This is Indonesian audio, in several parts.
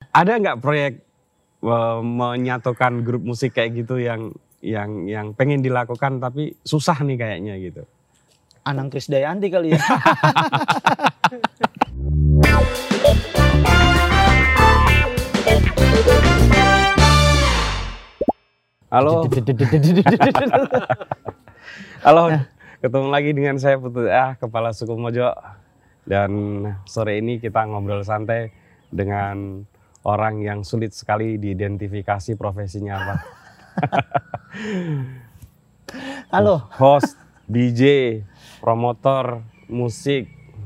Ada nggak proyek menyatukan grup musik kayak gitu yang pengen dilakukan tapi susah nih kayaknya gitu? Anang Krisdayanti kali ya. Halo. Halo, ketemu lagi dengan saya Putu Kepala Suku Mojo. Dan sore ini kita ngobrol santai dengan orang yang sulit sekali diidentifikasi profesinya apa. Halo. Host, DJ, promotor, musik,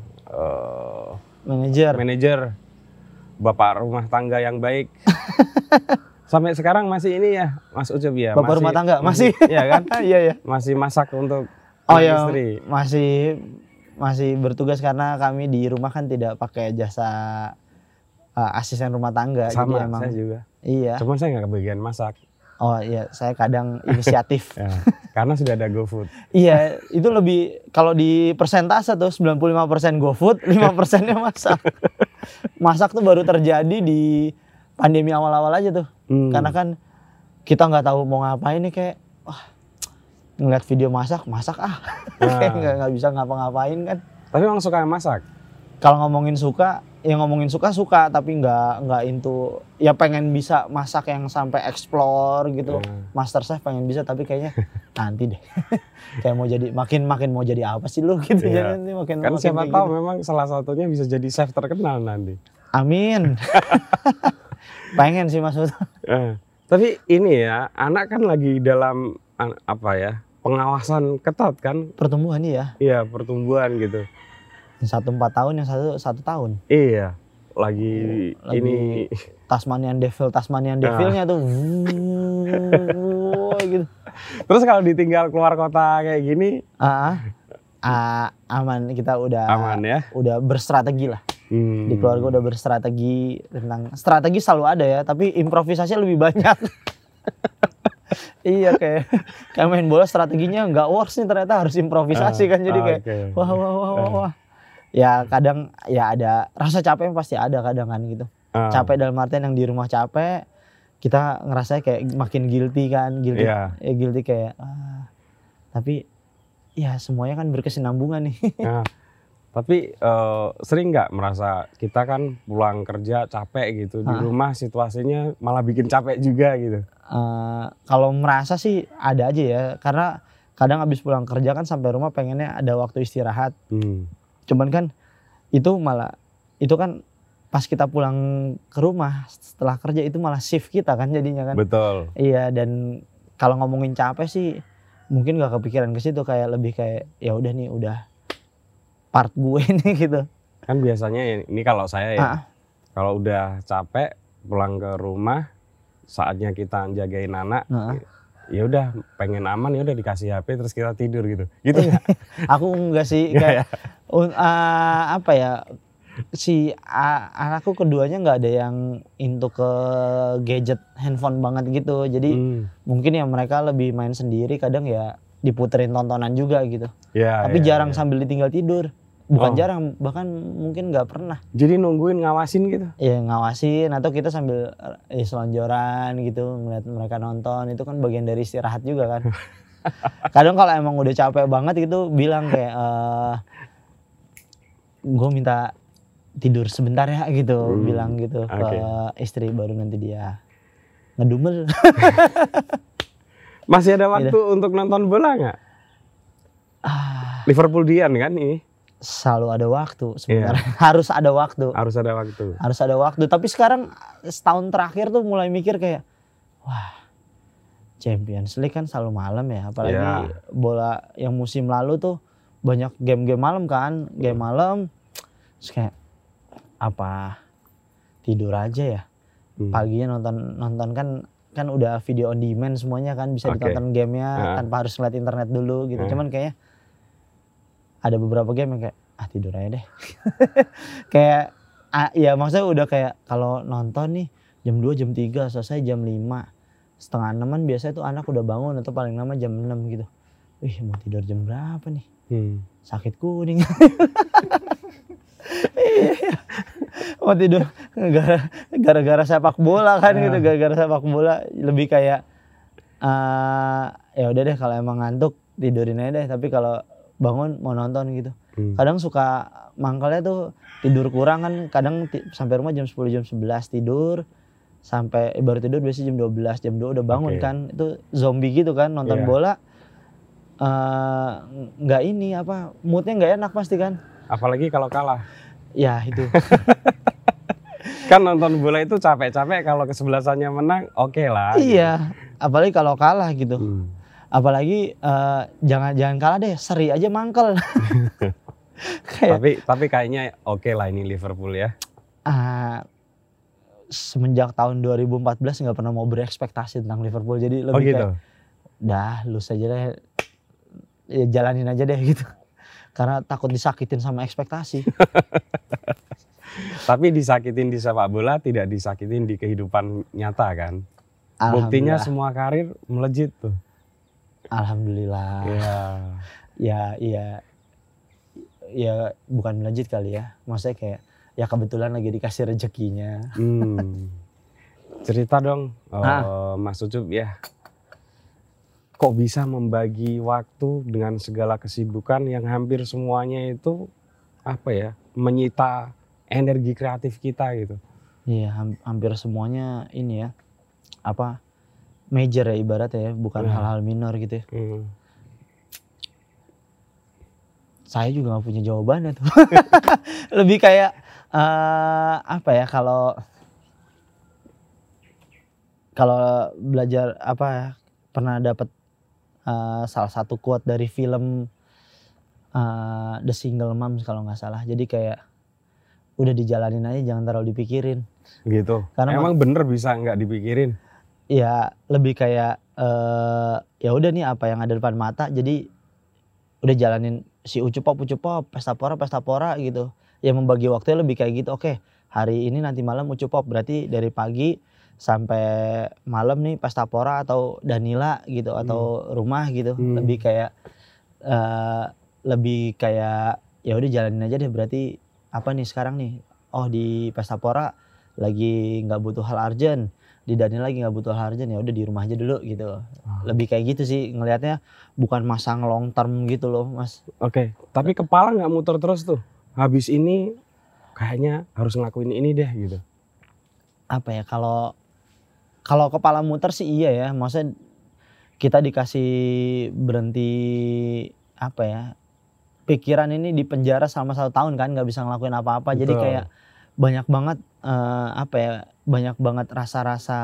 manajer, bapak rumah tangga yang baik. Sampai sekarang masih ini ya, Mas Ucup ya. Bapak rumah tangga masih. Iya kan? Iya ya. Masih masak untuk istri. Masih bertugas karena kami di rumah kan tidak pakai jasa asisten rumah tangga. Sama, jadi emang, saya juga. Iya. Cuman saya nggak kebagian masak. Oh iya, saya kadang inisiatif. Ya, karena sudah ada GoFood. Iya, itu lebih kalau di persentase tuh 95% GoFood, 5%-nya masak. Masak tuh baru terjadi di pandemi awal-awal aja tuh. Karena kan kita nggak tahu mau ngapain nih, kayak ngeliat video masak kayak nggak bisa ngapa-ngapain kan. Tapi emang suka masak? Kalau ngomongin suka tapi nggak into, ya pengen bisa masak yang sampai explore gitu. Masterchef pengen bisa, tapi kayaknya nanti deh. Kayak mau jadi makin mau jadi apa sih lu gitu. Iya. Jadi kan siapa tahu gitu. Memang salah satunya bisa jadi chef terkenal nanti. Amin. Pengen sih Mas. Tapi ini ya, anak kan lagi dalam pengawasan ketat kan? Pertumbuhan ya? Iya, pertumbuhan gitu. Yang 1 4 tahun, yang satu tahun. Iya, lagi ini Tasmanian Devilnya tuh. Gitu. Terus kalau ditinggal keluar kota kayak gini? Aman, kita udah aman ya? Udah berstrategi lah. Di keluarga udah berstrategi, tentang strategi selalu ada ya, tapi improvisasinya lebih banyak. Iya, kayak main bola strateginya nggak works nih, ternyata harus improvisasi kan, jadi kayak wah. Ya kadang ya ada rasa capek, pasti ada kadang kan gitu. Capek dalam artian yang di rumah capek, kita ngerasa kayak makin guilty kan, guilty kayak tapi ya semuanya kan berkesinambungan nih. Tapi sering nggak merasa kita kan pulang kerja capek gitu, di rumah situasinya malah bikin capek juga gitu? Kalau merasa sih ada aja ya, karena kadang habis pulang kerja kan sampai rumah pengennya ada waktu istirahat. Cuman kan itu kan pas kita pulang ke rumah setelah kerja itu malah shift kita kan jadinya kan. Betul. Iya, dan kalau ngomongin capek sih mungkin gak kepikiran ke situ, kayak lebih kayak ya udah nih, udah part gue nih gitu. Kan biasanya ini kalau saya ya, kalau udah capek pulang ke rumah, saatnya kita jagain anak, ya udah pengen aman, ya udah dikasih HP terus kita tidur gitu. Gitu enggak? Aku enggak sih, kayak anakku keduanya nggak ada yang into ke gadget handphone banget gitu. Jadi mungkin ya mereka lebih main sendiri, kadang ya diputerin tontonan juga gitu. Tapi jarang sambil ditinggal tidur. Bukan jarang, bahkan mungkin nggak pernah. Jadi nungguin, ngawasin gitu? Iya, ngawasin, atau kita sambil selonjoran gitu, ngeliat mereka nonton, itu kan bagian dari istirahat juga kan. Kadang kalau emang udah capek banget gitu, bilang kayak, gue minta tidur sebentar ya gitu, bilang gitu ke istri, baru nanti dia ngedumel. Masih ada waktu untuk nonton bola nggak? Liverpool Dian kan ini? Selalu ada waktu sebenarnya. Harus ada waktu. Tapi sekarang setahun terakhir tuh mulai mikir kayak, wah, Champions League kan selalu malam ya, apalagi bola yang musim lalu tuh banyak game-game malam kan, game malam. Terus kayak apa tidur aja ya, paginya nonton kan udah video on demand semuanya kan, bisa ditonton gamenya tanpa harus ngeliat internet dulu gitu. Cuman kayaknya ada beberapa game yang kayak tidur aja deh. Kayak ya maksudnya udah kayak kalau nonton nih jam 2 jam 3 selesai jam 5 setengah 6-an biasanya tuh anak udah bangun, atau paling lama jam 6 gitu. Wih, mau tidur jam berapa nih? Sakit kuning. Mau tidur gara-gara sepak bola kan gitu, gara-gara sepak bola lebih kayak ya udah deh kalau emang ngantuk tidurin aja deh, tapi kalau bangun mau nonton gitu. Kadang suka mangkalnya tuh tidur kurang kan, kadang sampai rumah jam 10 jam 11 tidur sampai baru tidur biasanya jam 12 jam 2 udah bangun kan. Itu zombie gitu kan nonton bola. Nggak ini apa moodnya nggak enak pasti kan, apalagi kalau kalah ya itu. Kan nonton bola itu capek-capek, kalau kesebelasannya menang oke lah iya gitu. Apalagi kalau kalah gitu. Apalagi jangan kalah deh, seri aja mangkel. tapi kayaknya oke lah ini Liverpool ya. Semenjak tahun 2014 nggak pernah mau berekspektasi tentang Liverpool, jadi lebih gitu. Kayak dah lu saja deh, ya jalanin aja deh gitu. Karena takut disakitin sama ekspektasi. Tapi disakitin di sepak bola, tidak disakitin di kehidupan nyata kan. Buktinya semua karir melejit tuh. Alhamdulillah. Ya bukan melejit kali ya. Maksudnya kayak ya kebetulan lagi dikasih rezekinya. Cerita dong Mas Ucup ya. Kok bisa membagi waktu dengan segala kesibukan yang hampir semuanya itu apa ya, menyita energi kreatif kita gitu. Iya, hampir semuanya ini ya, apa major ya ibaratnya ya, bukan hal-hal minor gitu ya. Saya juga gak punya jawabannya tuh. Lebih kayak apa ya, kalau belajar apa ya, pernah dapat salah satu quote dari film The Single Moms kalau nggak salah. Jadi kayak udah dijalanin aja, jangan terlalu dipikirin. Gitu. Karena emang bener bisa nggak dipikirin? Ya lebih kayak ya udah nih apa yang ada depan mata. Jadi udah jalanin si ucupop, pesta pora gitu. Ya membagi waktunya lebih kayak gitu. Oke, hari ini nanti malam ucupop, berarti dari pagi sampai malam nih pesta pora atau Danila gitu atau rumah gitu. Lebih kayak ya udah jalanin aja deh, berarti apa nih sekarang nih, oh di pesta pora lagi nggak butuh hal urgent, di Danila lagi nggak butuh hal urgent, ya udah di rumah aja dulu gitu. Lebih kayak gitu sih ngelihatnya, bukan masang long term gitu loh Mas. Oke, tapi kepala nggak muter terus tuh, habis ini kayaknya harus ngelakuin ini deh gitu. Apa ya, kalau kepala muter sih iya ya, maksudnya kita dikasih berhenti apa ya, pikiran ini di penjara selama 1 tahun kan, nggak bisa ngelakuin apa-apa. Betul. Jadi kayak banyak banget apa ya, banyak banget rasa-rasa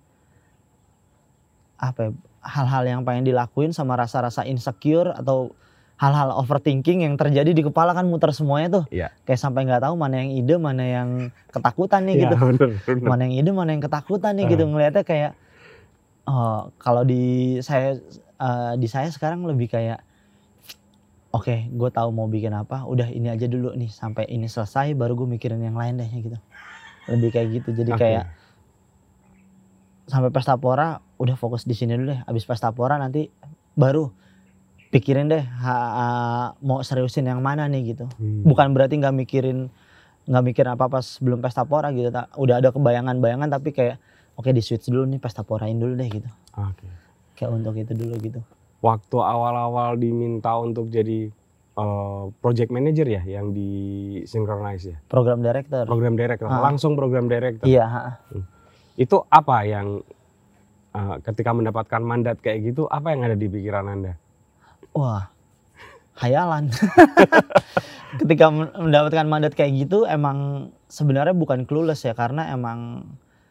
apa ya, hal-hal yang pengen dilakuin sama rasa-rasa insecure atau hal-hal overthinking yang terjadi di kepala kan, muter semuanya tuh. Iya. Kayak sampai nggak tahu mana yang ide, mana yang ketakutan nih gitu. Bener. Mana yang ide, mana yang ketakutan nih gitu. Ngelihatnya kayak kalau di saya sekarang lebih kayak oke, gue tahu mau bikin apa, udah ini aja dulu nih sampai ini selesai baru gue mikirin yang lain deh gitu. Lebih kayak gitu. Jadi kayak sampai pesta pora udah fokus di sini dulu deh. Abis pesta pora nanti baru pikirin deh mau seriusin yang mana nih gitu. Bukan berarti nggak mikir apa-apa sebelum pesta pora gitu. Udah ada kebayangan-bayangan tapi kayak oke, di switch dulu nih, pesta porain dulu deh gitu. Kayak untuk itu dulu gitu. Waktu awal-awal diminta untuk jadi project manager ya, yang di Synchronize ya? Program director. Langsung program director? Iya. Itu apa yang ketika mendapatkan mandat kayak gitu, apa yang ada di pikiran Anda? Wah, khayalan. Ketika mendapatkan mandat kayak gitu emang sebenarnya bukan clueless ya, karena emang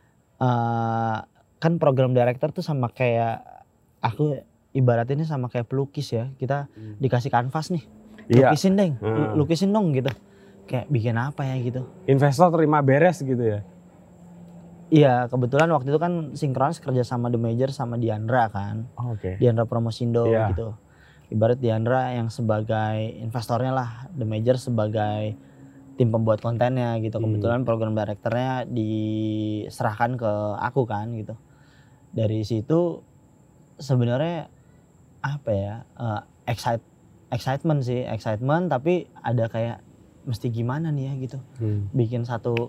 kan program director tuh sama kayak aku ibaratnya sama kayak pelukis ya. Kita dikasih kanvas nih, lukisin deh, lukisin dong gitu. Kayak bikin apa ya gitu. Investor terima beres gitu ya? Iya, kebetulan waktu itu kan Synchronize kerja sama The Major sama Diandra kan. Diandra Promosindo gitu. Ibarat Diandra yang sebagai investornya lah, The Major sebagai tim pembuat kontennya gitu. Kebetulan program directornya diserahkan ke aku kan gitu. Dari situ sebenarnya apa ya, excitement tapi ada kayak mesti gimana nih ya gitu. Bikin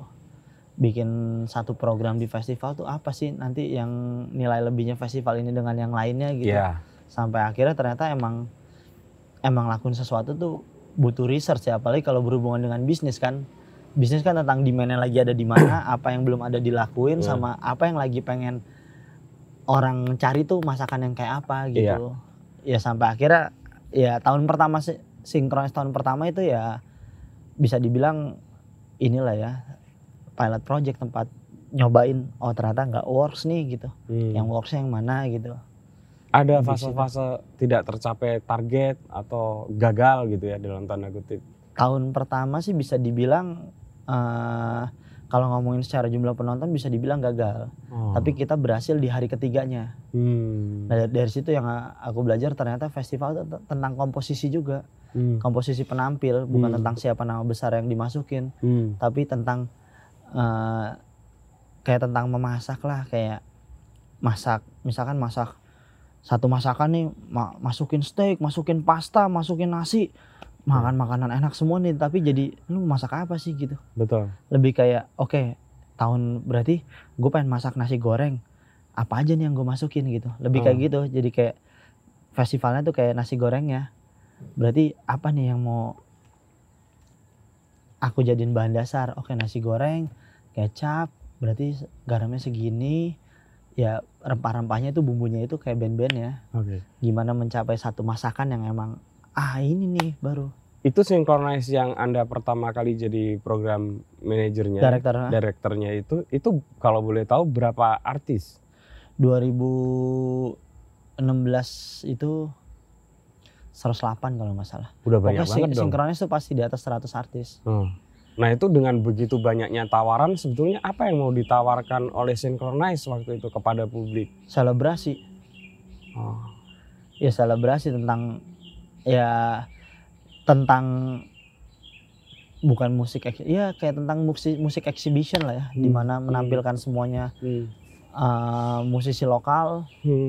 satu program di festival tuh apa sih nanti yang nilai lebihnya festival ini dengan yang lainnya gitu. Sampai akhirnya ternyata emang lakuin sesuatu tuh butuh research ya, apalagi kalau berhubungan dengan bisnis kan. Bisnis kan tentang demand-nya lagi ada di mana, apa yang belum ada dilakuin, sama apa yang lagi pengen orang cari tuh masakan yang kayak apa gitu. Ya sampai akhirnya ya tahun pertama Synchronize tahun pertama itu ya bisa dibilang inilah ya pilot project, tempat nyobain oh ternyata nggak works nih gitu. Yang worksnya yang mana gitu. Ada fase-fase tidak tercapai target atau gagal gitu ya dalam tanda kutip. Tahun pertama sih bisa dibilang kalau ngomongin secara jumlah penonton bisa dibilang gagal. Tapi kita berhasil di hari ketiganya. Nah, dari situ yang aku belajar ternyata festival itu tentang komposisi juga. Komposisi penampil, bukan tentang siapa nama besar yang dimasukin. Tapi tentang kayak tentang memasak lah, kayak misalkan masak satu masakan nih, masukin steak, masukin pasta, masukin nasi, makan makanan enak semua nih, tapi jadi lu masak apa sih gitu. Betul. Lebih kayak oke, berarti gue pengen masak nasi goreng, apa aja nih yang gue masukin gitu. Lebih kayak gitu, jadi kayak festivalnya tuh kayak nasi gorengnya, berarti apa nih yang mau aku jadiin bahan dasar. Oke, nasi goreng, kecap, berarti garamnya segini. Ya rempah-rempahnya itu bumbunya itu kayak band-band ya. Gimana mencapai satu masakan yang emang ini nih baru. Itu Synchronize yang Anda pertama kali jadi program manajernya, direkturnya itu kalau boleh tahu berapa artis? 2016 itu 108 kalau nggak salah. Udah banyak banget dong. Synchronize itu pasti di atas 100 artis. Nah itu dengan begitu banyaknya tawaran, sebetulnya apa yang mau ditawarkan oleh Synchronize waktu itu kepada publik? Selebrasi. Ya selebrasi tentang bukan musik, ya kayak tentang musik exhibition lah ya, dimana menampilkan semuanya musisi lokal,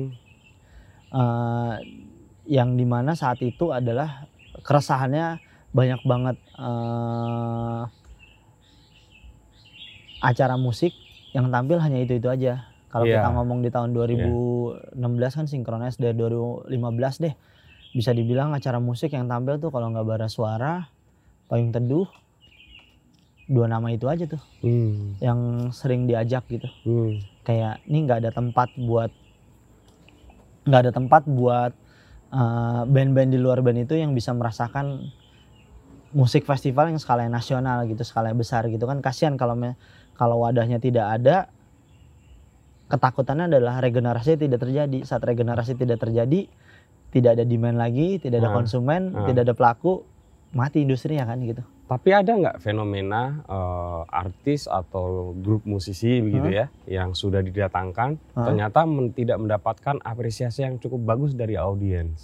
yang dimana saat itu adalah keresahannya banyak banget acara musik yang tampil hanya itu aja. Kalau kita ngomong di tahun 2016 kan Synchronize dari 2015 deh. Bisa dibilang acara musik yang tampil tuh kalau nggak Bara Suara, Payung Teduh, 2 nama itu aja tuh yang sering diajak gitu. Kayak ini nggak ada tempat buat band-band di luar band itu yang bisa merasakan musik festival yang skalanya nasional gitu, skalanya besar gitu kan. Kasihan kalau wadahnya tidak ada. Ketakutannya adalah regenerasi tidak terjadi. Saat regenerasi tidak terjadi, tidak ada demand lagi, tidak ada konsumen, tidak ada pelaku, mati industrinya kan gitu. Tapi ada nggak fenomena artis atau grup musisi begitu ya, yang sudah didatangkan ternyata tidak mendapatkan apresiasi yang cukup bagus dari audiens?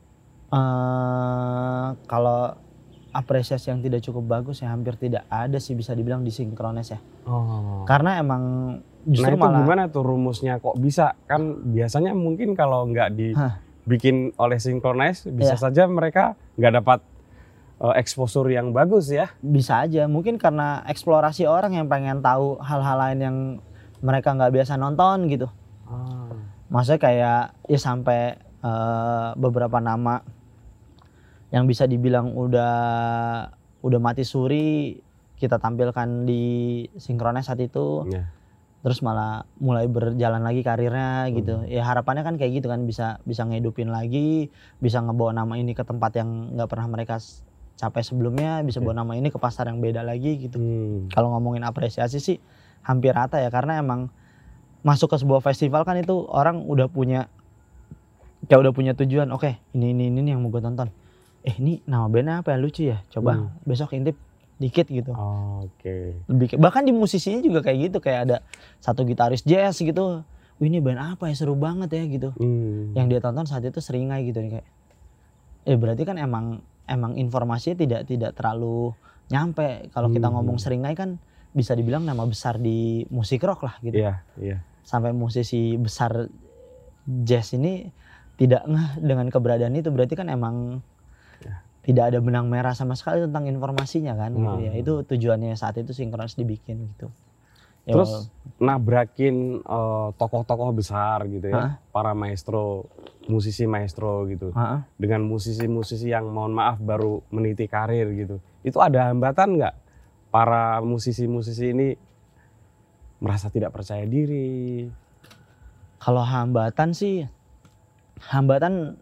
Kalau apresiasi yang tidak cukup bagus ya hampir tidak ada sih, bisa dibilang di Synchronize ya. Karena emang justru itu gimana tuh rumusnya kok bisa? Kan biasanya mungkin kalau nggak dibikin oleh Synchronize bisa saja mereka nggak dapat exposure yang bagus ya. Bisa aja, mungkin karena eksplorasi orang yang pengen tahu hal-hal lain yang mereka nggak biasa nonton gitu. Maksudnya kayak ya sampai beberapa nama yang bisa dibilang udah mati suri kita tampilkan di Synchronize saat itu. Terus malah mulai berjalan lagi karirnya gitu. Ya harapannya kan kayak gitu kan, bisa ngehidupin lagi, bisa ngebawa nama ini ke tempat yang nggak pernah mereka capai sebelumnya, bisa bawa nama ini ke pasar yang beda lagi gitu. Kalau ngomongin apresiasi sih hampir rata ya, karena emang masuk ke sebuah festival kan itu orang udah punya tujuan. Oke, ini yang mau gue tonton. Ini nama bandnya apa ya, lucu ya, coba besok intip dikit gitu. Bahkan di musisinya juga kayak gitu, kayak ada satu gitaris jazz gitu, ini band apa ya seru banget ya gitu. Yang dia tonton saat itu Seringai gitu nih, kayak berarti kan emang informasinya tidak terlalu nyampe. Kalau kita ngomong Seringai kan bisa dibilang nama besar di musik rock lah gitu. Sampai musisi besar jazz ini tidak ngeh dengan keberadaan itu, berarti kan emang tidak ada benang merah sama sekali tentang informasinya kan gitu ya. Itu tujuannya saat itu Synchronize dibikin gitu. Ya, terus nabrakin tokoh-tokoh besar gitu ya, para maestro, musisi maestro gitu, dengan musisi-musisi yang mohon maaf baru meniti karir gitu. Itu ada hambatan nggak? Para musisi-musisi ini merasa tidak percaya diri. Kalau hambatan sih, hambatan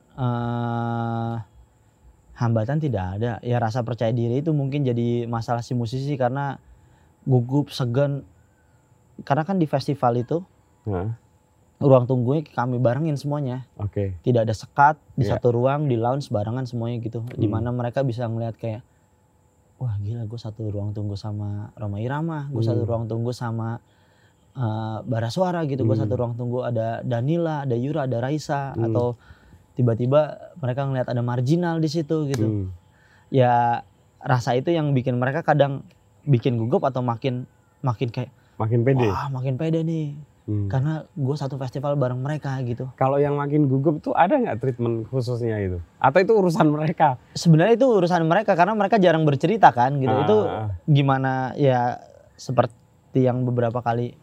tidak ada. Ya rasa percaya diri itu mungkin jadi masalah si musisi karena gugup, segan. Karena kan di festival itu ruang tunggunya kami barengin semuanya. Tidak ada sekat di satu ruang, di lounge barengan semuanya gitu. Dimana mereka bisa ngeliat kayak, wah gila gue satu ruang tunggu sama Rhoma Irama, gue satu ruang tunggu sama Bara Suara gitu, gue satu ruang tunggu ada Danila, ada Yura, ada Raisa, atau tiba-tiba mereka ngeliat ada Marginal di situ gitu. Ya rasa itu yang bikin mereka kadang bikin gugup atau makin kayak makin pede. Wah, makin pede nih. Karena gue satu festival bareng mereka gitu. Kalau yang makin gugup tuh ada nggak treatment khususnya itu? Atau itu urusan mereka? Sebenarnya itu urusan mereka karena mereka jarang bercerita kan gitu. Itu gimana ya, seperti yang beberapa kali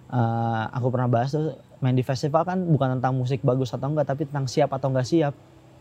aku pernah bahas tuh, main di festival kan bukan tentang musik bagus atau enggak, tapi tentang siap atau enggak siap.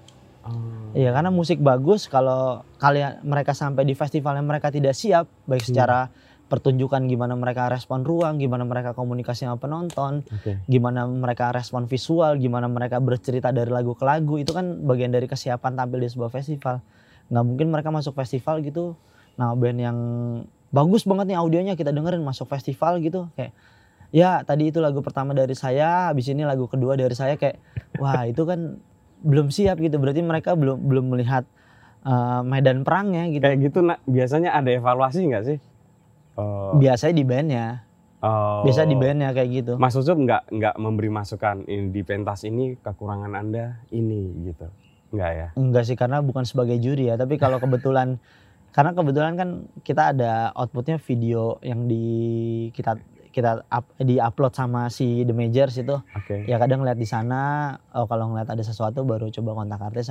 Iya, karena musik bagus kalau mereka sampai di festival yang mereka tidak siap, baik secara pertunjukan, gimana mereka respon ruang, gimana mereka komunikasi sama penonton, gimana mereka respon visual, gimana mereka bercerita dari lagu ke lagu, itu kan bagian dari kesiapan tampil di sebuah festival. Nggak mungkin mereka masuk festival gitu, nah band yang bagus banget nih audionya kita dengerin masuk festival gitu, kayak ya tadi itu lagu pertama dari saya, habis ini lagu kedua dari saya, kayak wah itu kan belum siap gitu, berarti mereka belum melihat medan perangnya gitu. Kayak gitu biasanya ada evaluasi nggak sih? Biasanya di bandnya, biasa di bandnya kayak gitu. Mas Ucup nggak memberi masukan ini di pentas ini kekurangan Anda ini gitu, nggak ya? Enggak sih, karena bukan sebagai juri ya. Tapi kalau kebetulan, karena kebetulan kan kita ada outputnya video yang kita di-upload sama si The Majors itu. Ya kadang ngeliat di sana, kalau ngeliat ada sesuatu baru coba kontak artis.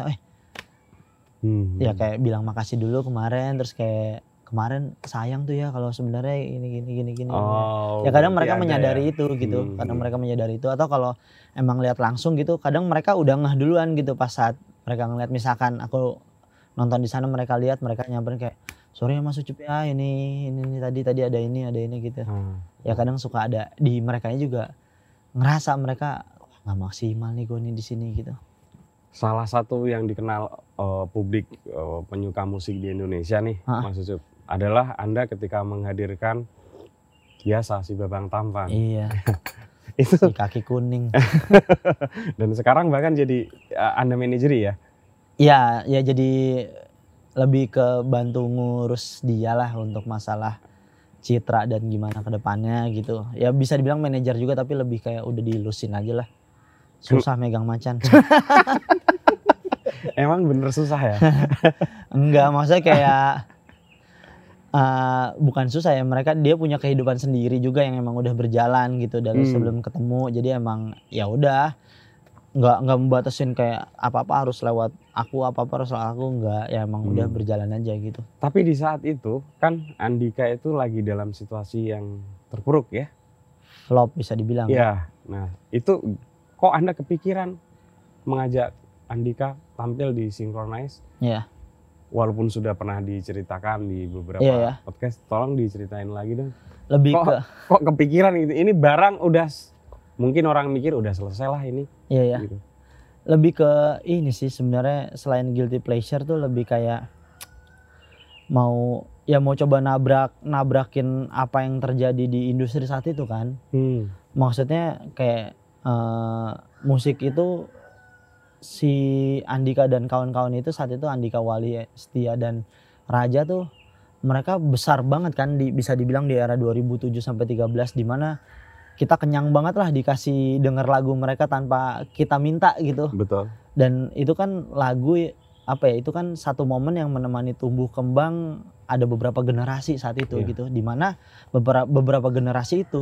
Ya kayak bilang makasih dulu kemarin, terus kayak kemarin sayang tuh ya kalau sebenarnya ini gini. Ya kadang mereka menyadari itu gitu. Kadang mereka menyadari itu, atau kalau emang lihat langsung gitu, kadang mereka udah ngeh duluan gitu pas saat mereka ngeliat, misalkan aku nonton di sana, mereka lihat, mereka nyamperin kayak, sorry ya Mas Ucup ya, ini tadi ada ini gitu. Ya kadang suka ada di merekanya juga ngerasa mereka nggak maksimal nih gue nih di sini gitu. Salah satu yang dikenal publik penyuka musik di Indonesia nih, Mas Ucup, adalah Anda ketika menghadirkan biasa si Babang Tampan. Iya. Itu si kaki kuning. Dan sekarang bahkan jadi Anda manajeri ya? Iya, ya jadi lebih ke bantu ngurus dia lah untuk masalah citra dan gimana ke depannya gitu. Ya bisa dibilang manajer juga, tapi lebih kayak udah dilusin aja lah. Susah megang macan. Emang bener susah ya? Enggak, maksudnya kayak bukan susah ya, dia punya kehidupan sendiri juga yang emang udah berjalan gitu dari sebelum ketemu. Jadi emang ya udah nggak membatasin kayak apa-apa harus lewat aku, apa-apa harus lewat aku, enggak, ya emang udah berjalan aja gitu. Tapi di saat itu kan Andika itu lagi dalam situasi yang terpuruk ya? Flop bisa dibilang. Iya. Nah itu kok Anda kepikiran mengajak Andika tampil di Synchronize? Iya. Walaupun sudah pernah diceritakan di beberapa podcast, tolong diceritain lagi dong. Kok kepikiran gitu? Ini barang udah, mungkin orang mikir udah selesai lah ini. Iya. Gitu. Lebih ke ini sih sebenarnya, selain guilty pleasure tuh lebih kayak mau coba nabrakin apa yang terjadi di industri saat itu kan. Maksudnya kayak musik itu, si Andika dan kawan-kawan itu saat itu, Andika Wali, Setia dan Raja tuh, mereka besar banget kan, bisa dibilang di era 2007 sampai 13, di mana kita kenyang banget lah dikasih denger lagu mereka tanpa kita minta gitu. Betul. Dan itu kan lagu itu kan satu momen yang menemani tumbuh kembang ada beberapa generasi saat itu gitu, di mana beberapa generasi itu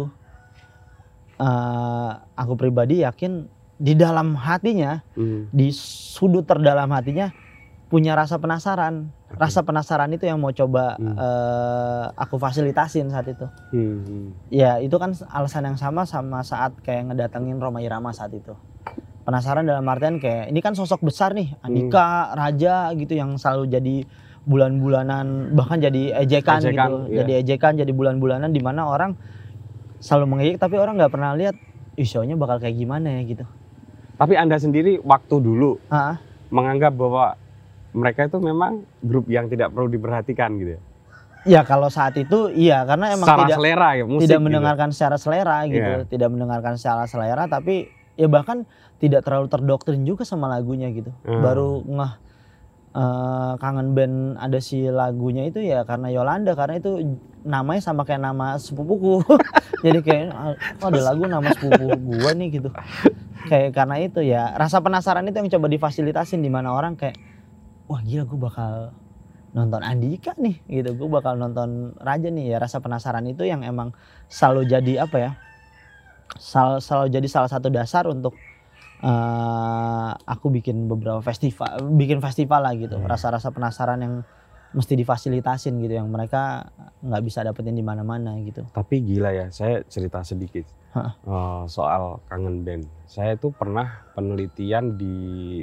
aku pribadi yakin di dalam hatinya, di sudut terdalam hatinya, punya rasa penasaran. Rasa penasaran itu yang mau coba aku fasilitasin saat itu. Ya itu kan alasan yang sama saat kayak ngedatengin Rhoma Irama saat itu. Penasaran dalam artian kayak ini kan sosok besar nih, Andika, Raja gitu yang selalu jadi bulan-bulanan, bahkan jadi ejekan gitu. Jadi ejekan, jadi bulan-bulanan di mana orang selalu mengejek tapi orang nggak pernah lihat show-nya bakal kayak gimana ya gitu. Tapi Anda sendiri waktu dulu menganggap bahwa mereka itu memang grup yang tidak perlu diperhatikan gitu ya? Ya kalau saat itu iya, karena emang selera, ya, musik tidak gitu. Mendengarkan secara selera gitu, tidak mendengarkan secara selera, tapi ya bahkan tidak terlalu terdoktrin juga sama lagunya gitu. Baru kangen band ada si lagunya itu ya karena Yolanda, karena itu namanya sama kayak nama sepupuku. Jadi kayak ada lagu nama sepupu gua nih gitu. Kayak karena itu ya rasa penasaran itu yang coba difasilitasin, di mana orang kayak wah gila gue bakal nonton Andika nih gitu, gue bakal nonton Raja nih ya. Rasa penasaran itu yang emang selalu jadi apa ya, selalu jadi salah satu dasar untuk aku bikin beberapa festival lah gitu. Rasa-rasa penasaran yang mesti difasilitasin gitu, yang mereka nggak bisa dapetin di mana-mana gitu. Tapi gila ya, saya cerita sedikit soal kangen band. Saya tuh pernah penelitian di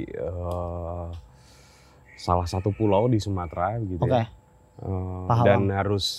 salah satu pulau di Sumatera gitu ya. Dan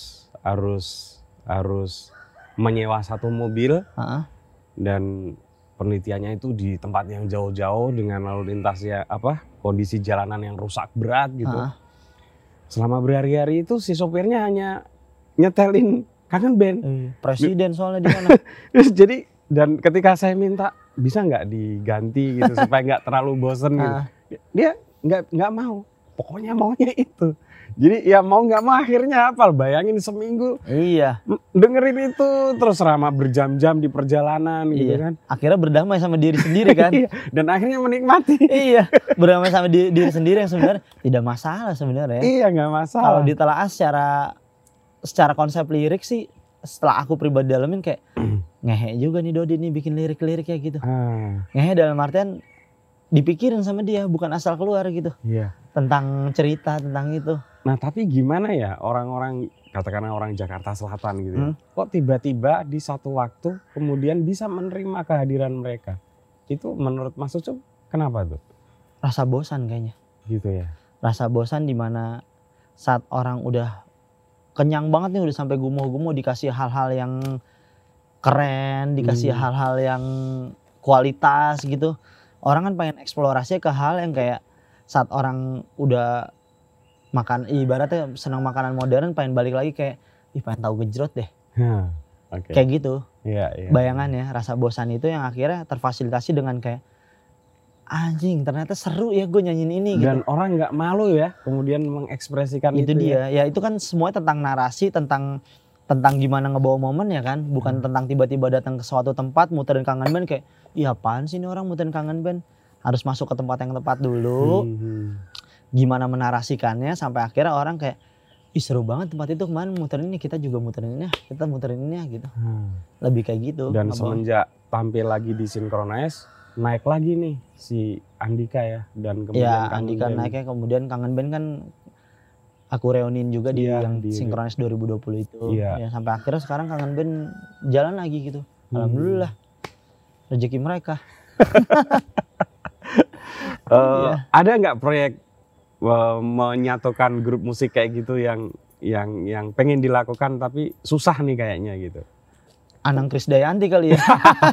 harus menyewa satu mobil dan penelitiannya itu di tempat yang jauh-jauh dengan lalu lintasnya kondisi jalanan yang rusak berat gitu. Selama berhari-hari itu si sopirnya hanya nyetelin kangen band. Presiden soalnya di sana. Jadi dan ketika saya minta bisa nggak diganti gitu supaya nggak terlalu bosen gitu, dia nggak mau. Pokoknya maunya itu. Jadi ya mau nggak mau akhirnya hafal. Bayangin seminggu. Iya. Dengerin itu terus selama berjam-jam di perjalanan gitu kan. Akhirnya berdamai sama diri sendiri kan. Dan akhirnya menikmati. Iya. Berdamai sama diri sendiri yang sebenarnya tidak masalah sebenarnya. Iya nggak masalah. Kalau ditelaah secara konsep lirik sih, setelah aku pribadi dalamin kayak ngehe juga nih Dodi nih bikin lirik-lirik kayak gitu. Ngehe dalam artian dipikirin sama dia, bukan asal keluar gitu. Iya. Tentang cerita, tentang itu. Nah tapi gimana ya orang-orang, katakanlah orang Jakarta Selatan gitu ya. Kok tiba-tiba di satu waktu kemudian bisa menerima kehadiran mereka. Itu menurut Mas Ucup kenapa tuh? Rasa bosan kayaknya. Gitu ya. Rasa bosan di mana saat orang udah kenyang banget nih, udah sampai gumoh-gumoh dikasih hal-hal yang keren, dikasih hal-hal yang kualitas gitu. Orang kan pengen eksplorasi ke hal yang kayak saat orang udah makan, ibaratnya senang makanan modern, pengen balik lagi kayak pengen tahu gejrot deh. Kayak gitu. Bayangannya rasa bosan itu yang akhirnya terfasilitasi dengan kayak anjing ternyata seru ya gue nyanyiin ini gitu. Dan orang nggak malu ya kemudian mengekspresikan itu dia ya. Itu kan semuanya tentang narasi, tentang gimana ngebawa momen ya kan. Bukan tentang tiba-tiba datang ke suatu tempat muterin kangen band kayak iya apaan sih ini orang muterin kangen band. Harus masuk ke tempat yang tepat dulu. Gimana menarasikannya sampai akhirnya orang kayak seru banget tempat itu, kemarin muterin ini, kita juga muterin ini, kita muterin ini gitu. Lebih kayak gitu. Dan semenjak tampil lagi di Synchronize, naik lagi nih si Andika ya. Dan kemudian Andika naiknya, kemudian kangen band kan aku reuniin juga di Synchronize 2020 itu. Ya, sampai akhirnya sekarang kangen band jalan lagi gitu. Alhamdulillah. Rezeki mereka. Ada nggak proyek menyatukan grup musik kayak gitu yang pengen dilakukan tapi susah nih kayaknya gitu? Anang Krisdayanti kali ya.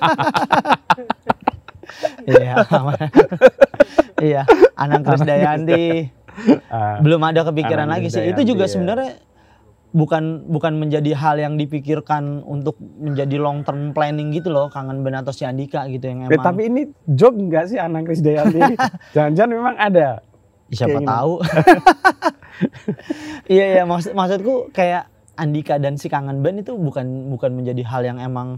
Iya, Anang Krisdayanti. Belum ada kepikiran lagi sih. Itu juga sebenarnya bukan menjadi hal yang dipikirkan untuk menjadi long term planning gitu loh, kangen band atau si Andika gitu yang emang. Tapi ini job nggak sih Anang Krisdayanti? Jangan-jangan memang ada. Siapa tahu. Iya maksudku kayak Andika dan si kangen band itu bukan menjadi hal yang emang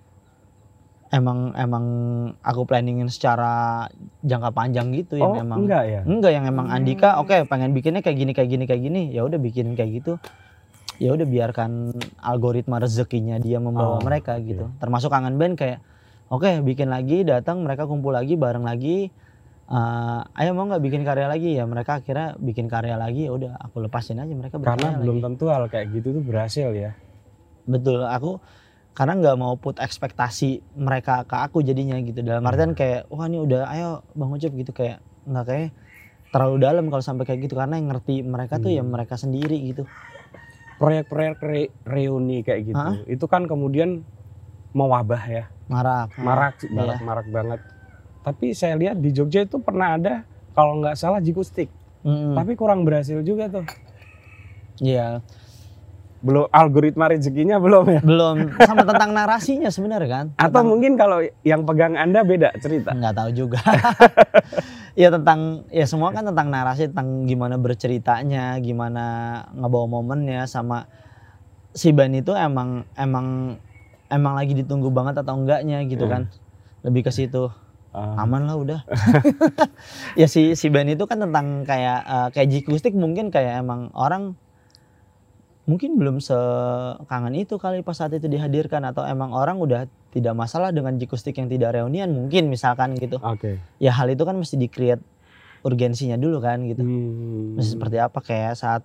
aku planningin secara jangka panjang gitu. Yang emang enggak yang emang Andika pengen bikinnya kayak gini ya udah bikin kayak gitu. Ya udah biarkan algoritma rezekinya dia membawa mereka gitu. Termasuk kangen band kayak bikin lagi, datang mereka kumpul lagi bareng lagi, Ayo mau nggak bikin karya lagi, ya mereka akhirnya bikin karya lagi, ya udah aku lepasin aja mereka karena belum tentu hal kayak gitu tuh berhasil ya. Betul, aku karena nggak mau put ekspektasi mereka ke aku jadinya gitu, dalam artian kayak wah ini udah ayo Bang Ucup gitu, kayak nggak, kayak terlalu dalam kalau sampai kayak gitu, karena yang ngerti mereka tuh ya mereka sendiri gitu. Proyek-proyek reuni kayak gitu itu kan kemudian mewabah ya, marak banget. Tapi saya lihat di Jogja itu pernah ada kalau nggak salah Jikustik, tapi kurang berhasil juga tuh. Iya. Belum, algoritma rezekinya belum ya? Belum, sama tentang narasinya sebenarnya kan. Atau mungkin kalau yang pegang Anda beda cerita? Nggak tahu juga. Ya tentang, ya semua kan tentang narasi, tentang gimana berceritanya, gimana ngebawa momennya, sama si band itu emang lagi ditunggu banget atau enggaknya gitu kan. Lebih ke situ. Aman lah udah. Ya si band itu kan tentang kayak Jikustik, mungkin kayak emang orang mungkin belum sekangen itu kali pas saat itu dihadirkan, atau emang orang udah tidak masalah dengan Jikustik yang tidak reunian mungkin misalkan gitu. Ya hal itu kan mesti di-create urgensinya dulu kan gitu. Mesti seperti apa, kayak saat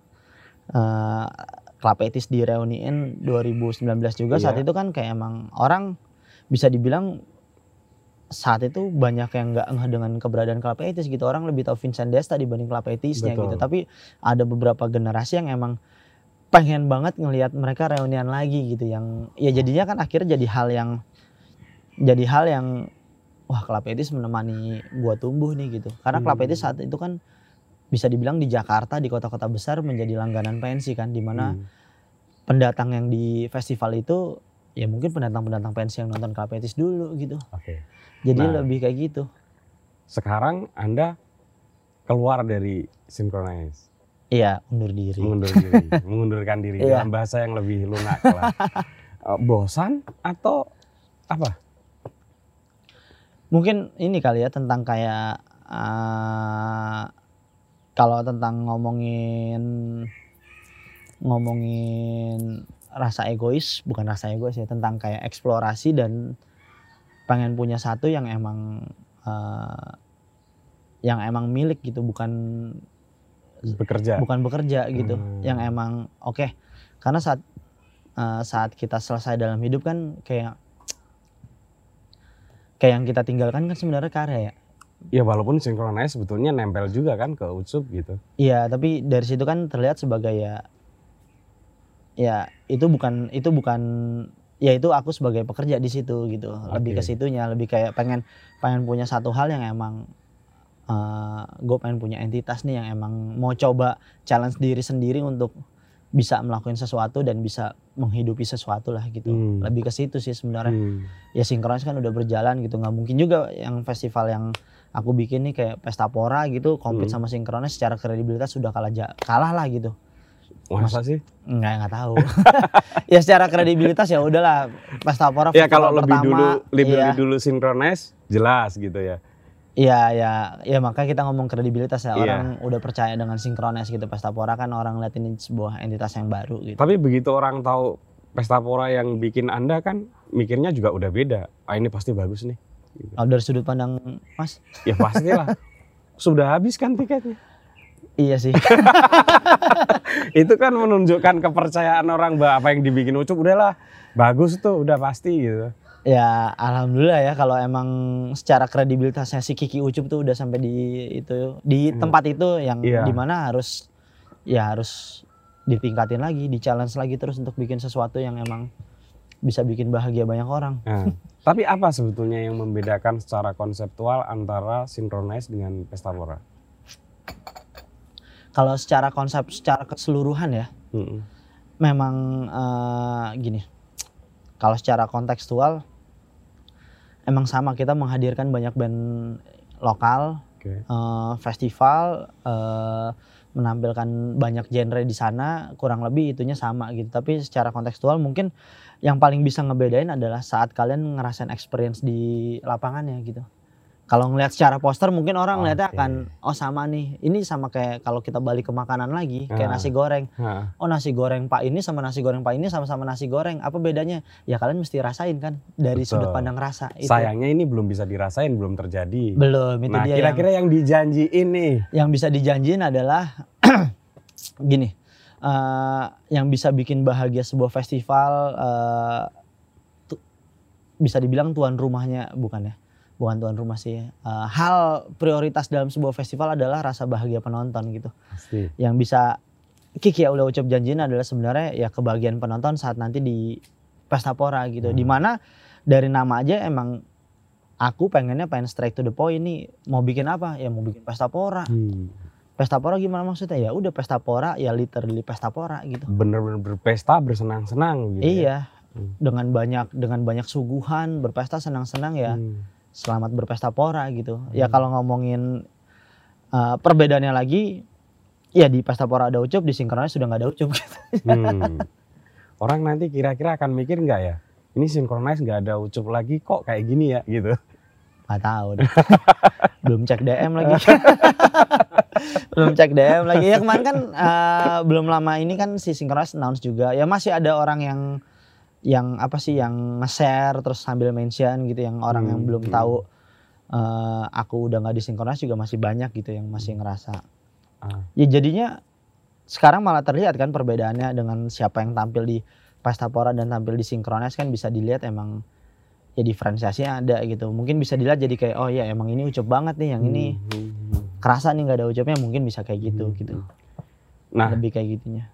Club 80s di reuniin 2019 juga, saat itu kan kayak emang orang bisa dibilang saat itu banyak yang nggak ngeh dengan keberadaan Club 80s gitu. Orang lebih tahu Vincent Desta dibanding Club 80s-nya gitu. Tapi ada beberapa generasi yang emang pengen banget ngelihat mereka reunian lagi gitu, yang ya jadinya kan akhirnya jadi hal yang wah Club 80s menemani gua tumbuh nih gitu. Karena Club 80s saat itu kan bisa dibilang di Jakarta, di kota-kota besar menjadi langganan pensi kan, dimana pendatang yang di festival itu ya mungkin pendatang pensi yang nonton Club 80s dulu gitu. Jadi lebih kayak gitu. Sekarang Anda keluar dari Synchronize. Iya, mengundurkan diri dalam bahasa yang lebih lunak lah. Bosan atau apa? Mungkin ini kali ya, tentang kayak kalau tentang ngomongin rasa egois, bukan rasa egois ya, tentang kayak eksplorasi dan pengen punya satu yang emang milik gitu, bukan bekerja gitu, yang emang oke. Karena saat kita selesai dalam hidup kan kayak yang kita tinggalkan kan sebenarnya karya ya. Ya walaupun Synchronize sebetulnya nempel juga kan ke Ucup gitu. Iya, tapi dari situ kan terlihat sebagai ya itu bukan ya itu aku sebagai pekerja di situ gitu. Lebih ke situnya, lebih kayak pengen punya satu hal yang emang gue pengen punya entitas nih yang emang mau coba challenge diri sendiri untuk bisa melakukan sesuatu dan bisa menghidupi sesuatu lah gitu. Lebih ke situ sih sebenarnya. Ya Synchronize kan udah berjalan gitu, nggak mungkin juga yang festival yang aku bikin nih kayak Pesta Pora gitu compete sama Synchronize, secara kredibilitas sudah kalah lah gitu. Masa sih? Nggak tahu. Ya secara kredibilitas ya udahlah Pesta Pora. Ya kalau lebih dulu Synchronize jelas gitu ya. Iya makanya kita ngomong kredibilitas ya, orang udah percaya dengan Synchronize gitu. Pesta Pora kan orang lihat ini sebuah entitas yang baru gitu. Tapi begitu orang tahu Pesta Pora yang bikin Anda kan mikirnya juga udah beda. Ini pasti bagus nih. Gitu. Dari sudut pandang Mas? Ya pastilah. Sudah habis kan tiketnya? Iya sih. Itu kan menunjukkan kepercayaan orang bahwa apa yang dibikin Ucup udahlah bagus tuh, udah pasti gitu. Ya alhamdulillah ya kalau emang secara kredibilitasnya si Kiki Ucup tuh udah sampai di tempat itu yang dimana harus ditingkatin lagi, di challenge lagi terus untuk bikin sesuatu yang emang bisa bikin bahagia banyak orang. Tapi apa sebetulnya yang membedakan secara konseptual antara Synchronize dengan Pesta Pora? Kalau secara konsep, secara keseluruhan ya, memang gini. Kalau secara kontekstual emang sama, kita menghadirkan banyak band lokal, festival, menampilkan banyak genre di sana, kurang lebih itunya sama gitu. Tapi secara kontekstual mungkin yang paling bisa ngebedain adalah saat kalian ngerasain experience di lapangannya gitu. Kalau ngelihat secara poster mungkin orang ngeliatnya akan sama nih. Ini sama kayak kalau kita balik ke makanan lagi kayak nasi goreng. Oh nasi goreng Pak ini sama nasi goreng Pak ini sama-sama nasi goreng. Apa bedanya? Ya kalian mesti rasain kan dari sudut pandang rasa. Itu. Sayangnya ini belum bisa dirasain, belum terjadi. Belum, itu nah, dia. Kira-kira yang dijanjiin nih. Yang bisa dijanjiin adalah gini. Yang bisa bikin bahagia sebuah festival bisa dibilang tuan rumahnya bukan tuan rumah sih. Hal prioritas dalam sebuah festival adalah rasa bahagia penonton gitu. Pasti. Yang bisa Kiki ya udah ucap janjiin adalah sebenarnya ya kebahagiaan penonton saat nanti di Pesta Pora gitu. Dimana dari nama aja emang aku pengen straight to the point nih. Mau bikin apa? Ya mau bikin Pesta Pora. Pesta Pora gimana maksudnya? Ya udah Pesta Pora ya literally Pesta Pora gitu. Bener-bener berpesta bersenang-senang gitu. Iya. Dengan banyak suguhan, berpesta senang-senang ya. Selamat berpesta pora gitu. Ya kalau ngomongin perbedaannya lagi, ya di Pesta Pora ada Ucup, di Synchronize sudah nggak ada Ucup. Gitu. Orang nanti kira-kira akan mikir nggak ya? Ini Synchronize nggak ada Ucup lagi kok kayak gini ya gitu. Nggak tahu deh. Belum cek DM lagi. Belum cek DM lagi. Ya kemarin kan belum lama ini kan si Synchronize announce juga. Ya masih ada orang yang nge-share terus sambil mention gitu yang orang yang belum tahu aku udah nggak disinkronis juga masih banyak gitu yang masih ngerasa. Ya jadinya sekarang malah terlihat kan perbedaannya dengan siapa yang tampil di Pesta Pora dan tampil di Synchronize kan bisa dilihat emang ya diferensiasinya ada gitu. Mungkin bisa dilihat jadi kayak oh ya emang ini Ucup banget nih, yang ini kerasa nih nggak ada Ucupnya, mungkin bisa kayak gitu gitu. Nah lebih kayak gitunya.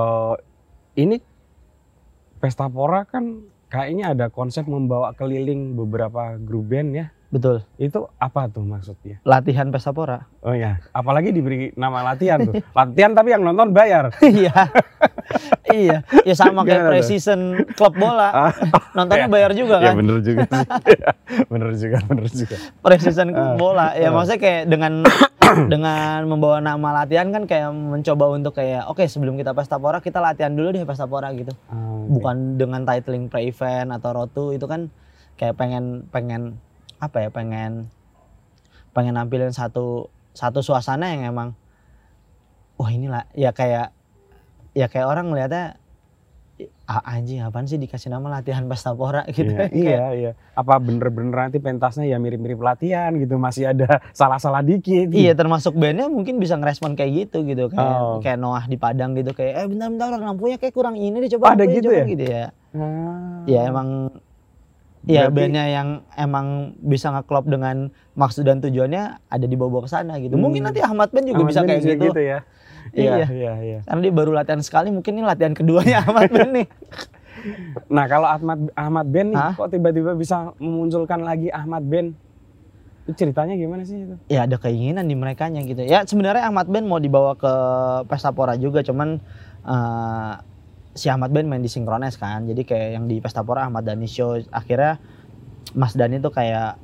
Ini Pesta Pora kan kayaknya ada konsep membawa keliling beberapa grup band ya. Betul. Itu apa tuh maksudnya? Latihan Pesta Pora. Oh ya, apalagi diberi nama latihan tuh. Latihan tapi yang nonton bayar. Iya. Iya, ya sama kayak pre-season klub bola. Nontonnya bayar juga kan? Ya bener juga. bener juga. Pre-season bola. Ya maksudnya kayak dengan membawa nama latihan kan kayak mencoba untuk kayak oke, sebelum kita Pesta Pora kita latihan dulu deh Pesta Pora gitu. Bukan dengan titling pre-event atau rotu, itu kan kayak pengen nampilin satu suasana yang emang wah inilah ya kayak orang ngeliatnya anjing apaan sih dikasih nama latihan Pesta Pora gitu. Iya. Apa bener-bener nanti pentasnya ya mirip-mirip latihan gitu, masih ada salah-salah dikit. Iya, termasuk bandnya mungkin bisa ngerespon kayak gitu kayak Noah di Padang gitu kayak bentar lampunya kayak kurang ini deh, coba ada gitu ya? Gitu ya. Ya emang ya bandnya yang emang bisa ngeklop dengan maksud dan tujuannya ada di bawah ke sana gitu. Mungkin nanti Ahmad Band juga bisa kayak gitu ya. Iya. Karena dia baru latihan sekali, mungkin ini latihan keduanya Ahmad Band nih. Nah kalau Ahmad Band nih kok tiba-tiba bisa memunculkan lagi Ahmad Band? Itu ceritanya gimana sih itu? Ya ada keinginan di merekanya gitu. Ya sebenarnya Ahmad Band mau dibawa ke Pesta Pora juga, cuman si Ahmad Band main di Synchronize kan. Jadi kayak yang di Pesta Pora Ahmad Dhani Show. Akhirnya Mas Dhani tuh kayak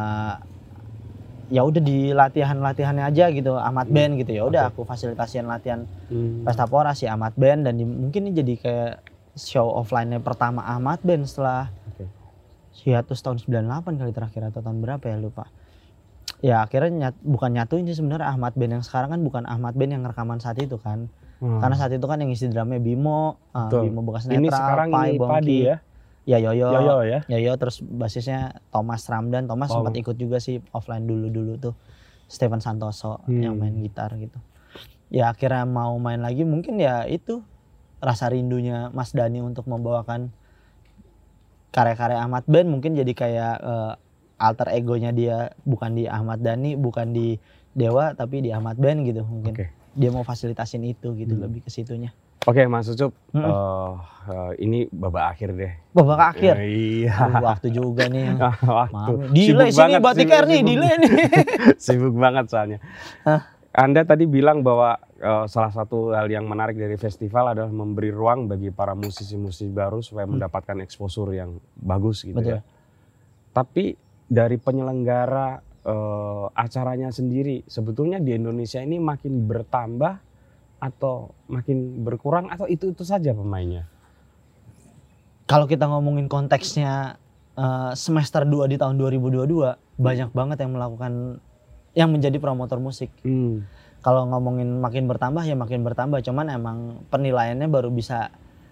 ya udah di latihannya aja gitu Ahmad Band gitu. Ya udah aku fasilitasiin latihan Pesta Pora si Ahmad Band, dan mungkin ini jadi kayak show offline-nya pertama Ahmad Band setelah hiatus tahun 98 kali terakhir atau tahun berapa ya lupa. Ya akhirnya bukan nyatuin sih sebenarnya Ahmad Band yang sekarang kan bukan Ahmad Band yang rekaman saat itu kan. Karena saat itu kan yang isi drumnya Bimo, Bimo bekas netral, ini sekarang Pai, ini Bongki, Padi ya? Ya Yoyo ya? Yoyo, terus basisnya Thomas Ramdan. Thomas sempat ikut juga sih offline dulu tuh. Stephen Santoso yang main gitar gitu. Ya akhirnya mau main lagi mungkin ya itu rasa rindunya Mas Dhani untuk membawakan karya-karya Ahmad Band, mungkin jadi kayak alter egonya dia, bukan di Ahmad Dhani, bukan di Dewa, tapi di Ahmad Band gitu mungkin. Dia mau fasilitasin itu gitu, lebih ke situnya. Oke Mas Ucup, ini babak akhir deh. Babak akhir? Iya. Waktu juga nih. Waktu. Delay sini Batikar nih, delay nih. Sibuk banget soalnya. Anda tadi bilang bahwa salah satu hal yang menarik dari festival adalah memberi ruang bagi para musisi-musisi baru supaya mendapatkan exposure yang bagus gitu. Betul. Ya. Tapi dari penyelenggara acaranya sendiri, sebetulnya di Indonesia ini makin bertambah atau makin berkurang atau itu saja pemainnya? Kalau kita ngomongin konteksnya semester 2 di tahun 2022 banyak banget yang melakukan yang menjadi promotor musik. Kalau ngomongin makin bertambah ya makin bertambah, cuman emang penilaiannya baru bisa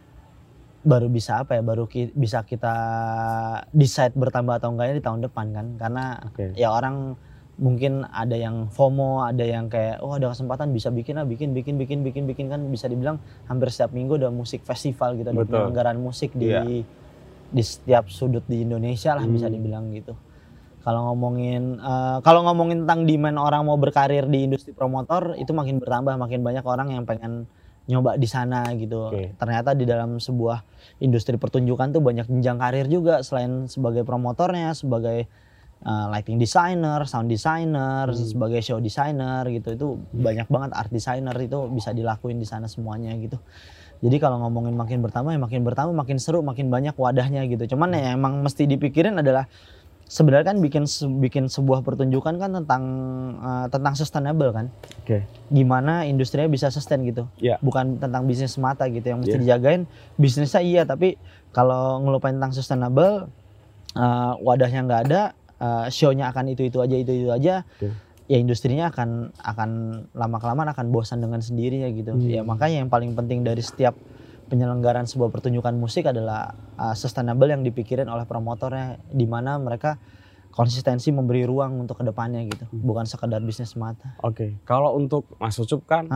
bisa kita decide bertambah atau enggaknya di tahun depan kan, karena ya orang mungkin ada yang FOMO, ada yang kayak ada kesempatan bisa bikin kan, bisa dibilang hampir setiap minggu ada musik festival gitu, ada penyelenggaraan musik di setiap sudut di Indonesia lah bisa dibilang gitu. Kalau ngomongin tentang demand orang mau berkarir di industri promotor itu makin bertambah, makin banyak orang yang pengen nyoba di sana gitu. Ternyata di dalam sebuah industri pertunjukan tuh banyak jenjang karir juga, selain sebagai promotornya, sebagai lighting designer, sound designer, sebagai show designer gitu. Itu banyak banget art designer, itu bisa dilakuin di sana semuanya gitu. Jadi kalau ngomongin makin bertambah, makin seru, makin banyak wadahnya gitu. Cuman ya emang mesti dipikirin adalah sebenarnya kan bikin sebuah pertunjukan kan tentang sustainable kan. Gimana industrinya bisa sustain gitu. Bukan tentang bisnis semata gitu yang mesti dijagain. Bisnisnya iya, tapi kalau ngelupain tentang sustainable, wadahnya nggak ada, show-nya akan itu aja. Ya industrinya akan lama-kelamaan akan bosan dengan sendirinya gitu. Ya makanya yang paling penting dari setiap penyelenggaraan sebuah pertunjukan musik adalah sustainable yang dipikirin oleh promotornya, di mana mereka konsistensi memberi ruang untuk kedepannya gitu, bukan sekedar bisnis semata. Kalau untuk Mas Ucup kan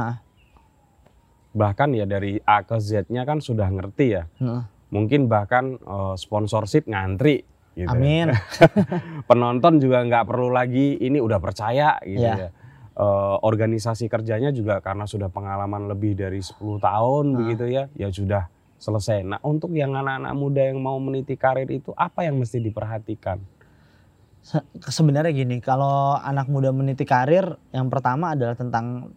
bahkan ya dari A ke Z-nya kan sudah ngerti ya. Mungkin bahkan sponsorship ngantri gitu. Amin. Penonton juga nggak perlu lagi, ini udah percaya gitu ya. Organisasi kerjanya juga karena sudah pengalaman lebih dari 10 tahun begitu ya sudah selesai. Nah untuk yang anak-anak muda yang mau meniti karir itu apa yang mesti diperhatikan? Sebenarnya gini, kalau anak muda meniti karir, yang pertama adalah tentang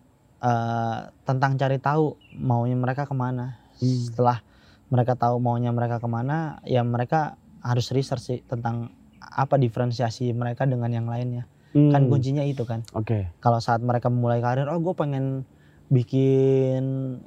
cari tahu maunya mereka kemana. Setelah mereka tahu maunya mereka kemana, ya mereka harus research sih tentang apa diferensiasi mereka dengan yang lainnya. Kan kuncinya itu kan. Kalau saat mereka memulai karir, gue pengen bikin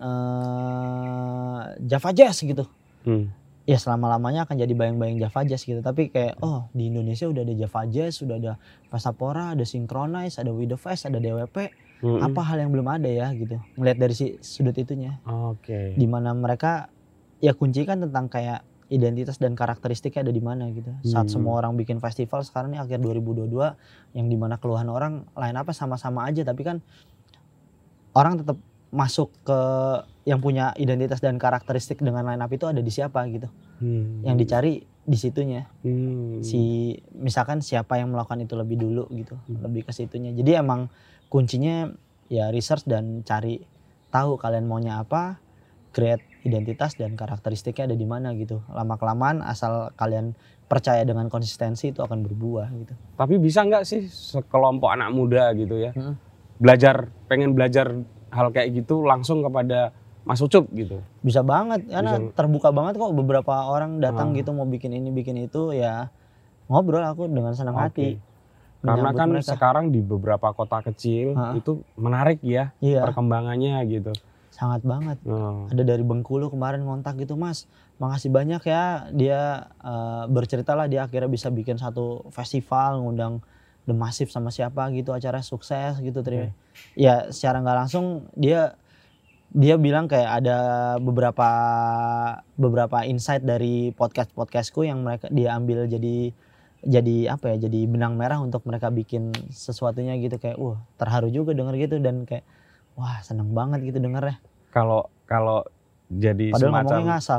Java Jazz gitu. Ya selama-lamanya akan jadi bayang-bayang Java Jazz gitu. Tapi kayak di Indonesia udah ada Java Jazz, udah ada Pasapora, ada Synchronize, ada With The Fest, ada DWP. Apa hal yang belum ada ya gitu. Melihat dari sudut itunya. Dimana mereka ya kunci kan tentang kayak identitas dan karakteristiknya ada di mana gitu. Saat semua orang bikin festival sekarang ini akhir 2022 yang dimana keluhan orang line up sama-sama aja, tapi kan orang tetap masuk ke yang punya identitas dan karakteristik dengan line up itu ada di siapa gitu. Yang dicari di situnya. Misalkan siapa yang melakukan itu lebih dulu gitu, lebih ke situnya. Jadi emang kuncinya ya research dan cari tahu kalian maunya apa, create identitas dan karakteristiknya ada di mana gitu. Lama-kelamaan asal kalian percaya dengan konsistensi itu akan berbuah gitu. Tapi bisa nggak sih sekelompok anak muda gitu ya pengen belajar hal kayak gitu langsung kepada Mas Ucup gitu? Bisa banget, karena terbuka banget kok. Beberapa orang datang gitu mau bikin ini bikin itu, ya ngobrol aku dengan senang hati. Karena kan sekarang di beberapa kota kecil itu menarik ya perkembangannya gitu. Sangat banget. Ada dari Bengkulu kemarin ngontak gitu, Mas, makasih banyak ya. Dia bercerita lah dia akhirnya bisa bikin satu festival, ngundang The Massive sama siapa gitu, acara sukses gitu. Ya secara nggak langsung dia bilang kayak ada beberapa insight dari podcastku yang dia ambil jadi benang merah untuk mereka bikin sesuatunya gitu. Kayak terharu juga denger gitu, dan kayak wah seneng banget gitu dengernya. Kalau jadi padahal semacam ngomongnya ngasal.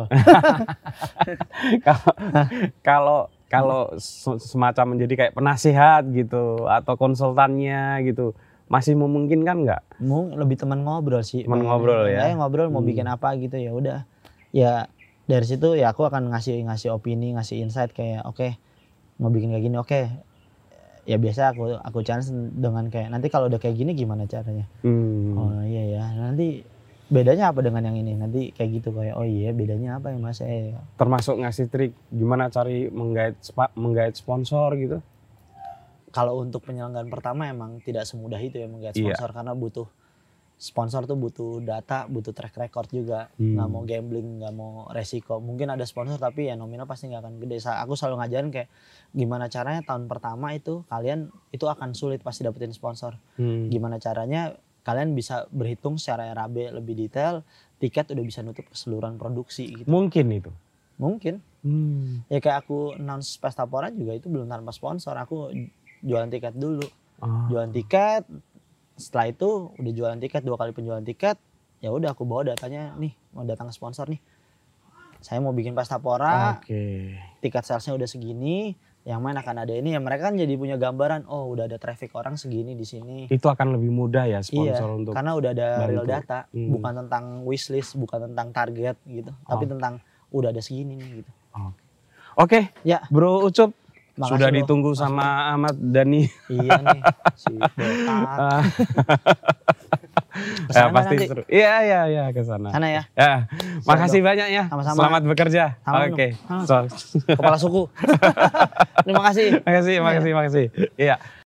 kalau semacam menjadi kayak penasihat gitu atau konsultannya gitu, masih memungkinkan nggak? Lebih teman ngobrol sih. Teman ngobrol ya. Ngobrol mau bikin apa gitu, ya udah. Ya dari situ ya aku akan ngasih opini, ngasih insight kayak mau bikin kayak gini, ya biasa aku challenge dengan kayak nanti kalau udah kayak gini gimana caranya. Oh iya ya, nanti bedanya apa dengan yang ini, nanti kayak gitu kayak bedanya apa ya Mas. Termasuk ngasih trik gimana cari menggait sponsor gitu. Kalau untuk penyelenggaraan pertama emang tidak semudah itu ya menggait sponsor, karena butuh sponsor tuh butuh data, butuh track record juga. Nggak mau gambling, nggak mau resiko. Mungkin ada sponsor tapi ya nominal pasti nggak akan gede. Aku selalu ngajarin kayak gimana caranya tahun pertama itu kalian itu akan sulit pasti dapetin sponsor. Gimana caranya kalian bisa berhitung secara RAB lebih detail, tiket udah bisa nutup keseluruhan produksi gitu. Mungkin itu? Mungkin. Ya kayak aku announce Pestapora juga itu belum tanpa sponsor. Aku jualan tiket dulu. Jualan tiket. Setelah itu udah jualan tiket, 2 kali penjualan tiket, ya udah aku bawa datanya nih, mau datang ke sponsor nih. Saya mau bikin Pestapora, tiket salesnya udah segini, yang main akan ada ini, ya mereka kan jadi punya gambaran, oh udah ada traffic orang segini di sini. Itu akan lebih mudah ya sponsor untuk karena udah ada bantu. Real data, bukan tentang wishlist, bukan tentang target gitu, tapi tentang udah ada segini nih gitu. Oke, ya Bro Ucup. Makasih sudah ditunggu sama Ahmad Dhani. Iya nih, si botak. Ya, pasti seru. Iya ke sana. Sana ya. Ya, makasih banyak ya. Sama-sama. Selamat bekerja. Oke. Kepala suku. Terima kasih. Makasih. Iya.